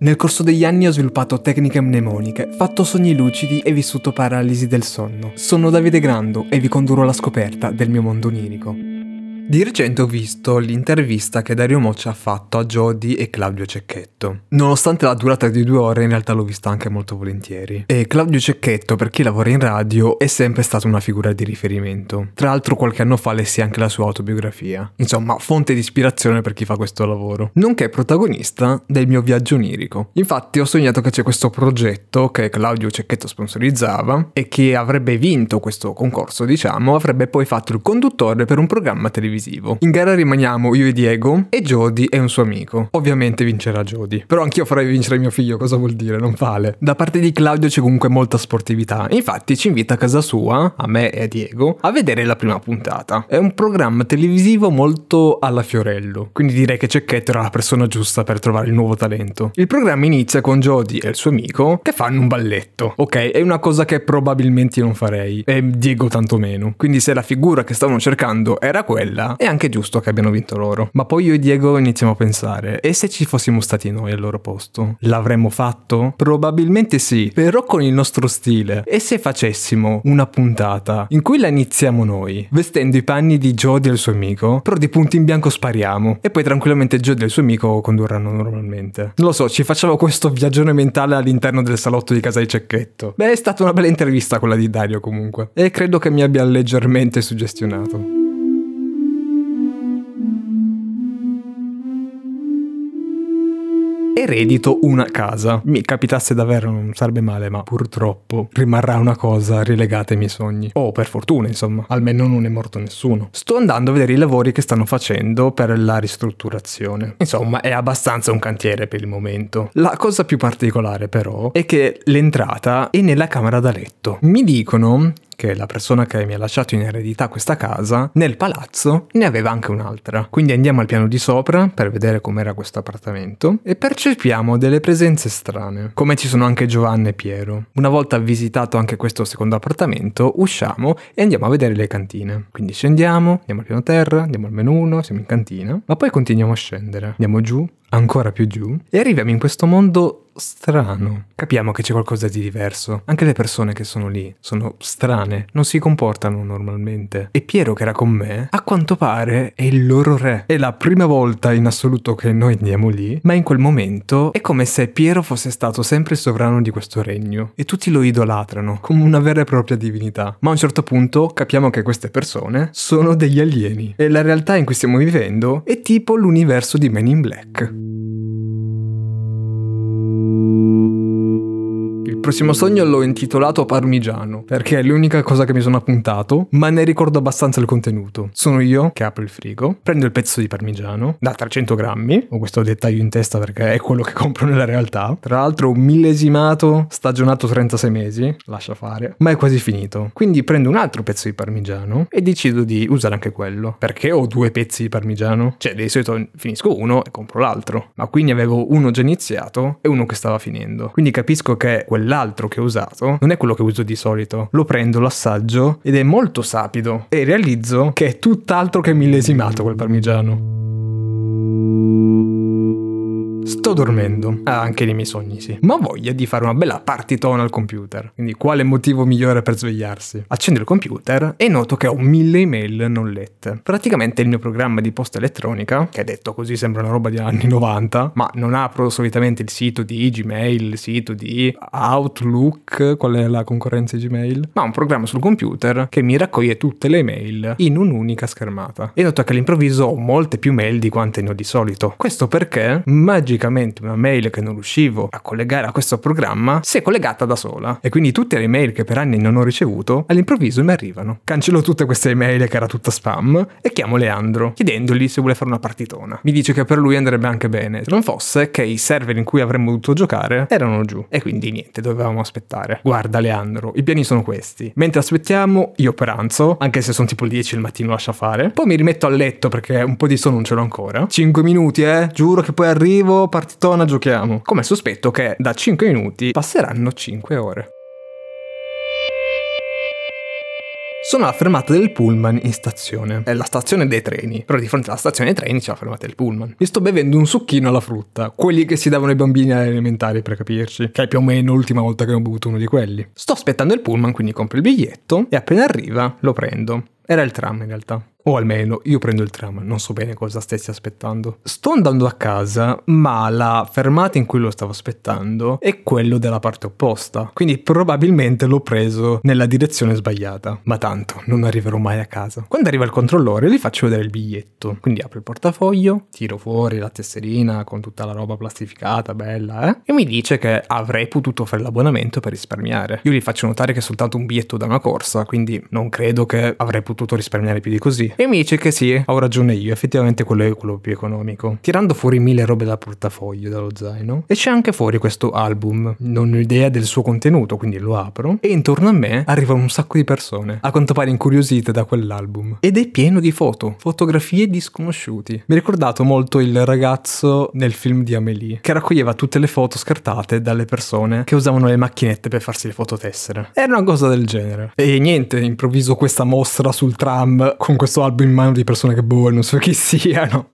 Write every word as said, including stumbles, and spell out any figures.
Nel corso degli anni ho sviluppato tecniche mnemoniche, fatto sogni lucidi e vissuto paralisi del sonno. Sono Davide Grando e vi condurrò alla scoperta del mio mondo onirico. Di recente ho visto l'intervista che Dario Moccia ha fatto a Jody e Claudio Cecchetto. Nonostante la durata di due ore, in realtà l'ho vista anche molto volentieri. E Claudio Cecchetto, per chi lavora in radio, è sempre stata una figura di riferimento. Tra l'altro qualche anno fa lessi anche la sua autobiografia. Insomma, fonte di ispirazione per chi fa questo lavoro. Nonché protagonista del mio viaggio onirico. Infatti ho sognato che c'è questo progetto che Claudio Cecchetto sponsorizzava e che avrebbe vinto questo concorso, diciamo, avrebbe poi fatto il conduttore per un programma televisivo. In gara rimaniamo io e Diego e Jody è un suo amico. Ovviamente vincerà Jody. Però anch'io farei vincere mio figlio, cosa vuol dire? Non vale. Da parte di Claudio c'è comunque molta sportività. Infatti ci invita a casa sua, a me e a Diego, a vedere la prima puntata. È un programma televisivo molto alla Fiorello. Quindi direi che Cecchetto era la persona giusta per trovare il nuovo talento. Il programma inizia con Jody e il suo amico che fanno un balletto. Ok, è una cosa che probabilmente io non farei. E Diego tantomeno. Quindi se la figura che stavano cercando era quella, è anche giusto che abbiano vinto loro. Ma poi io e Diego iniziamo a pensare: e se ci fossimo stati noi al loro posto? L'avremmo fatto? Probabilmente sì, però con il nostro stile. E se facessimo una puntata in cui la iniziamo noi, vestendo i panni di Jody e il suo amico, però di punto in bianco spariamo e poi tranquillamente Jody e il suo amico condurranno normalmente? Non lo so, ci facciamo questo viaggione mentale all'interno del salotto di casa di Cecchetto. Beh, è stata una bella intervista quella di Dario comunque, e credo che mi abbia leggermente suggestionato. Eredito una casa. Mi capitasse davvero non sarebbe male, ma purtroppo rimarrà una cosa relegata ai miei sogni. O per fortuna, insomma, almeno non è morto nessuno. Sto andando a vedere i lavori che stanno facendo per la ristrutturazione. Insomma, è abbastanza un cantiere per il momento. La cosa più particolare però è che l'entrata è nella camera da letto. Mi dicono che la persona che mi ha lasciato in eredità questa casa, nel palazzo ne aveva anche un'altra. Quindi andiamo al piano di sopra per vedere com'era questo appartamento e percepiamo delle presenze strane, come ci sono anche Giovanna e Piero. Una volta visitato anche questo secondo appartamento, usciamo e andiamo a vedere le cantine. Quindi scendiamo, andiamo al piano terra, andiamo al menù uno, siamo in cantina, ma poi continuiamo a scendere. Andiamo giù, ancora più giù, e arriviamo in questo mondo strano. Capiamo che c'è qualcosa di diverso. Anche le persone che sono lì sono strane, non si comportano normalmente. E Piero, che era con me, a quanto pare è il loro re. È la prima volta in assoluto che noi andiamo lì, ma in quel momento è come se Piero fosse stato sempre il sovrano di questo regno e tutti lo idolatrano come una vera e propria divinità. Ma a un certo punto capiamo che queste persone sono degli alieni e la realtà in cui stiamo vivendo è tipo l'universo di Men in Black. Il prossimo sogno l'ho intitolato Parmigiano, perché è l'unica cosa che mi sono appuntato, ma ne ricordo abbastanza il contenuto. Sono io che apro il frigo, prendo il pezzo di parmigiano da trecento grammi, ho questo dettaglio in testa perché è quello che compro nella realtà. Tra l'altro un millesimato, stagionato trentasei mesi, lascia fare, ma è quasi finito. Quindi prendo un altro pezzo di parmigiano e decido di usare anche quello. Perché ho due pezzi di parmigiano? Cioè, di solito finisco uno e compro l'altro, ma qui ne avevo uno già iniziato e uno che stava finendo. Quindi capisco che quell'altro L'altro che ho usato non è quello che uso di solito. Lo prendo, lo assaggio ed è molto sapido e realizzo che è tutt'altro che millesimato quel parmigiano. Sto dormendo, ah, anche nei miei sogni sì, ma ho voglia di fare una bella partitona al computer. Quindi quale motivo migliore per svegliarsi? Accendo il computer e noto che ho mille email non lette. Praticamente il mio programma di posta elettronica, che detto così sembra una roba di anni novanta, ma non apro solitamente il sito di Gmail, il sito di Outlook, qual è la concorrenza di Gmail, ma un programma sul computer che mi raccoglie tutte le email in un'unica schermata. E noto che all'improvviso ho molte più mail di quante ne ho di solito. Questo perché magicamente una mail che non riuscivo a collegare a questo programma si è collegata da sola e quindi tutte le mail che per anni non ho ricevuto all'improvviso mi arrivano. Cancello tutte queste email che era tutta spam e chiamo Leandro chiedendogli se vuole fare una partitona. Mi dice che per lui andrebbe anche bene se non fosse che i server in cui avremmo dovuto giocare erano giù e quindi niente, dovevamo aspettare. Guarda Leandro, i piani sono questi: mentre aspettiamo io pranzo, anche se sono tipo le dieci del mattino, lascia fare, poi mi rimetto a letto perché un po' di sonno non ce l'ho ancora. cinque minuti eh, giuro che poi arrivo, partitona, giochiamo. Come sospetto che da cinque minuti passeranno cinque ore. Sono alla fermata del pullman in stazione. È la stazione dei treni, però di fronte alla stazione dei treni c'è la fermata del pullman. Mi sto bevendo un succhino alla frutta, quelli che si davano ai bambini alle elementari, per capirci, che è più o meno l'ultima volta che ho bevuto uno di quelli. Sto aspettando il pullman, quindi compro il biglietto e appena arriva lo prendo. Era il tram in realtà. O almeno io prendo il tram, non so bene cosa stessi aspettando. Sto andando a casa, ma la fermata in cui lo stavo aspettando è quello della parte opposta. Quindi probabilmente l'ho preso nella direzione sbagliata. Ma tanto, non arriverò mai a casa. Quando arriva il controllore gli faccio vedere il biglietto. Quindi apro il portafoglio, tiro fuori la tesserina con tutta la roba plastificata, bella, eh? E mi dice che avrei potuto fare l'abbonamento per risparmiare. Io gli faccio notare che è soltanto un biglietto da una corsa, quindi non credo che avrei potuto risparmiare più di così. E mi dice che sì, ho ragione io, effettivamente quello è quello più economico. Tirando fuori mille robe dal portafoglio, dallo zaino, e c'è anche fuori questo album. Non ho idea del suo contenuto, quindi lo apro e intorno a me arrivano un sacco di persone, a quanto pare incuriosite da quell'album. Ed è pieno di foto, fotografie di sconosciuti. Mi ha ricordato molto il ragazzo nel film di Amélie, che raccoglieva tutte le foto scartate dalle persone che usavano le macchinette per farsi le fototessere. Era una cosa del genere. E niente, improvviso questa mostra sul tram con questo album in mano di persone che boh, non so chi siano.